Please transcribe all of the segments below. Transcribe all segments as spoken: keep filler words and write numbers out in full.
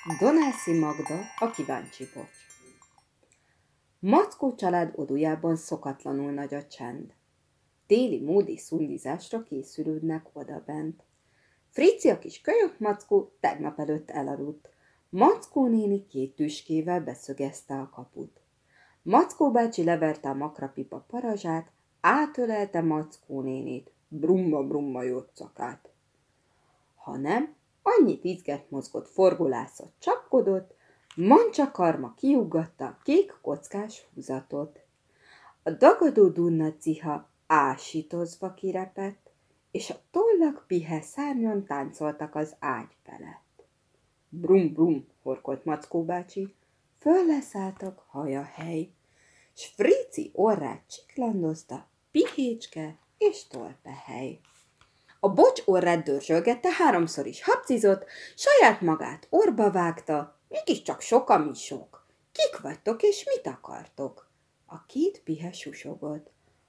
Donászi Magda, a kíváncsi bocs. Mackó család odujában szokatlanul nagy a csend. Téli módi szundizásra készülődnek odabent. Frici, a kis kölyök Mackó tegnap előtt elaludt. Mackó néni két tüskével beszögezte a kaput. Mackó bácsi leverte a makrapipa parazsát, átölelte Mackó nénit, brumma-brumma jócakát. Ha nem, annyit izgett mozgott, forgolászott, csapkodott, mancsa karma kiugatta a kék kockás húzatot. A dagadó dunna ciha ásítozva kirepett, és a tollak pihe szárnyon táncoltak az ágy felett. Brum-brum, horkolt Mackó bácsi, fölleszálltak hajahely, s Frici orrát csiklandozta pihécske és tolpehely. A bocs orrát dörzsölgette, háromszor is hapcizott, saját magát orba vágta, mégiscsak sok, ami sok. Kik vagytok, és mit akartok? A két pihe susogott.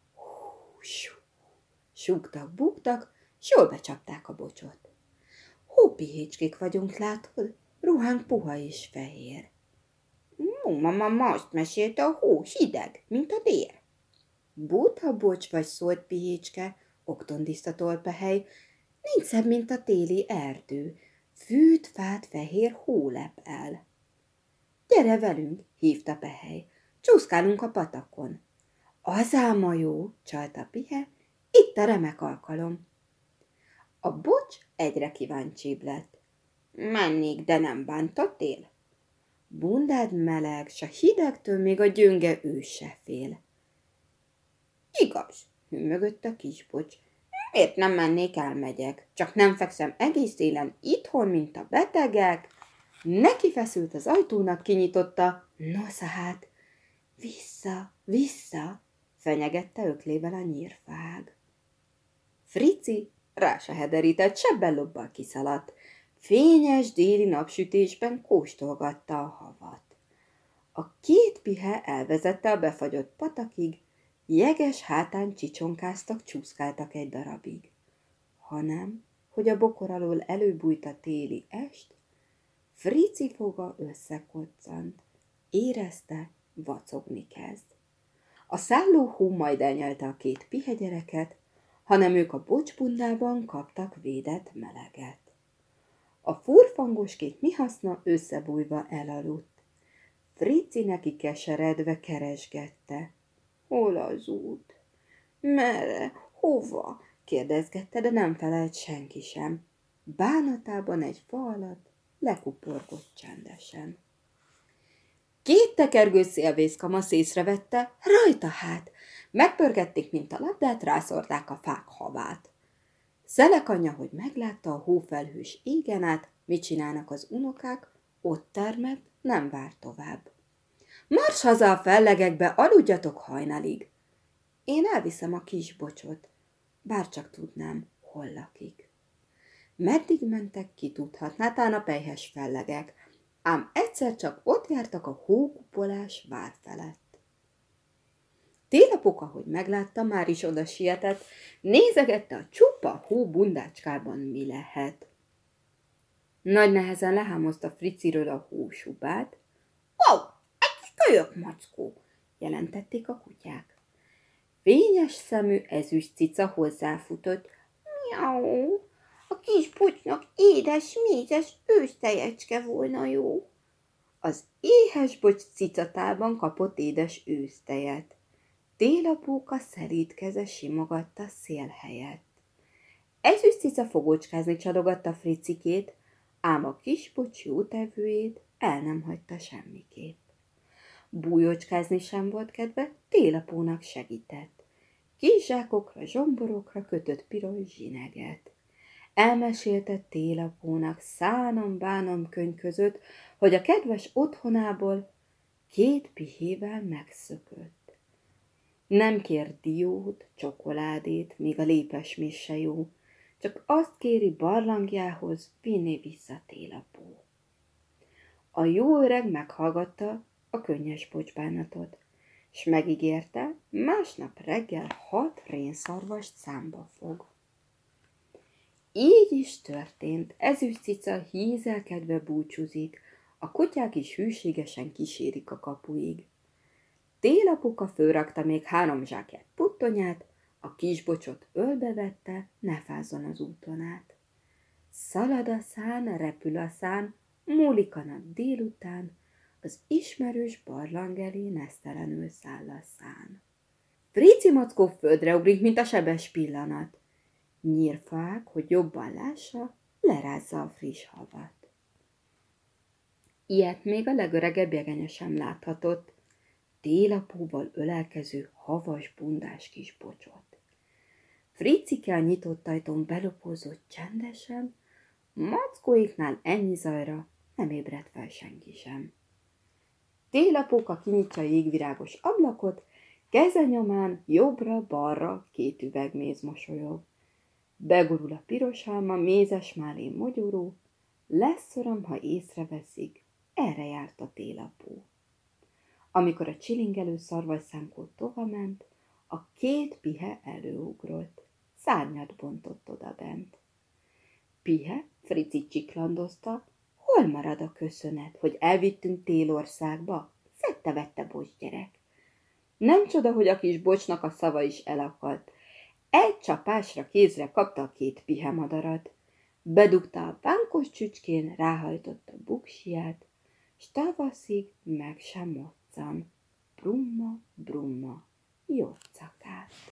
Hú, súgtak, búgtak, s jól becsapták a bocsot. Hópihécskék vagyunk, látod? Ruhánk puha és fehér. Mama most mesélte, a hó hideg, mint a dér. Buta bocs vagy, szólt pihécske, oktondiszta tolpehely, nincs szebb, mint a téli erdő, fűt, fát, fehér hó lep el. Gyere velünk, hívta Pehely, csúszkálunk a patakon. Az ám a jó, csalta Pihe, itt a remek alkalom. A bocs egyre kíváncsibb lett. Mennék, de nem bántatél? Bundád meleg, s a hidegtől még a gyönge ős se fél. Igaz, hűmögött a kisbocs. Miért nem mennék, elmegyek? Csak nem fekszem egész élen itthon, mint a betegek. Neki feszült az ajtónak, kinyitotta. Nosza hát, vissza, vissza, fenyegette öklével a nyírfág. Frici rá se hederített, sebbellobbal kiszaladt. Fényes déli napsütésben kóstolgatta a havat. A két pihe elvezette a befagyott patakig, jeges hátán csicsonkáztak, csúszkáltak egy darabig. Hanem, hogy a bokor alól előbújt a téli est, Frici foga összekoccant, érezte, vacogni kezd. A szálló hó majd elnyelte a két pihe gyereket, hanem ők a bocsbundában kaptak védett meleget. A furfangos két mihaszna összebújva elaludt. Frici neki keseredve keresgette. Hol az út? Merre? Hova? Kérdezgette, de nem felelt senki sem. Bánatában egy fa alatt lekuporgott csendesen. Két tekergő szélvészkamasz észrevette, rajta hát. Megpörgették, mint a labdát, rászorták a fák havát. Szelek anyja, hogy meglátta a hófelhős égen át, mit csinálnak az unokák, ott termett, nem vár tovább. Mars haza a fellegekbe, aludjatok hajnalig. Én elviszem a kis bocsot, bárcsak tudnám, hol lakik. Meddig mentek, ki tudhatná, tán a pelyhes fellegek, ám egyszer csak ott jártak a hókupolás vár felett. Télapoka, hogy meglátta, már is oda sietett, nézegette a csupa hó bundácskában mi lehet. Nagy nehezen lehámozta Friciről a hósubát. Ó, egy kölyök mackó, jelentették a kutyák. Fényes szemű ezüst cica hozzáfutott. Miau, a kis bocsnak édes, mézes ősztejecske volna jó. Az éhes bocs cicatában kapott édes ősztejet. Télapóka szelíd keze simogatta szél helyett. Ezüst cica fogócskázni csadogatta Fricikét, ám a kis bocs jótevőjét el nem hagyta semmiképp. Bújócskázni sem volt kedve, Télapónak segített. Kis zsákokra, zsomborokra kötött piros zsineget. Elmesélte Télapónak szánom-bánom könyv között, hogy a kedves otthonából két pihével megszökött. Nem kér diót, csokoládét, míg a lépesmés se jó, csak azt kéri barlangjához, vinni vissza Télapó. A jó öreg meghallgatta a könnyes bocsbánatot, s megígérte, másnap reggel hat rénszarvast számba fog. Így is történt, ezüst cica hízelkedve búcsúzik, A kutyák is hűségesen kísérik a kapuig. Télapuka fölrakta még három zsákját puttonyát, a kisbocsot ölbevette, ne fázzon az úton át. Szalad a szán, repül a szán, múlik a nap délután, az ismerős barlang elé nesztelenül száll a szán. Frici Mackó földre ugrik, mint a sebes pillanat. Nyírfák, hogy jobban lássa, lerázza a friss havat. Ilyet még a legöregebb jegenya sem láthatott, télapóval ölelkező havas bundás kis bocsot. Fricike a nyitott ajtón belopózott csendesen, Mackóiknál ennyi zajra nem ébredt fel senki sem. Télapóka kinyitja a jégvirágos ablakot, keze nyomán jobbra-balra két üveg méz mosolyog. Begurul a piros alma, mézes málén mogyoró, lesz szorom, ha észreveszik, erre járt a télapó. Amikor a csilingelő szarvasszánkó tovament, a két pihe előugrott, szárnyat bontott odabent. Pihe Fricit csiklandozta, hol marad a köszönet, hogy elvittünk Télországba? Szedte-vette bocs gyerek. Nem csoda, hogy a kis bocsnak a szava is elakadt. Egy csapásra kézre kapta a két pihemadarat. Bedugta a bánkos csücskén, ráhajtotta buksiját, s tavaszig meg sem moccan. Brumma, brumma, jocakát.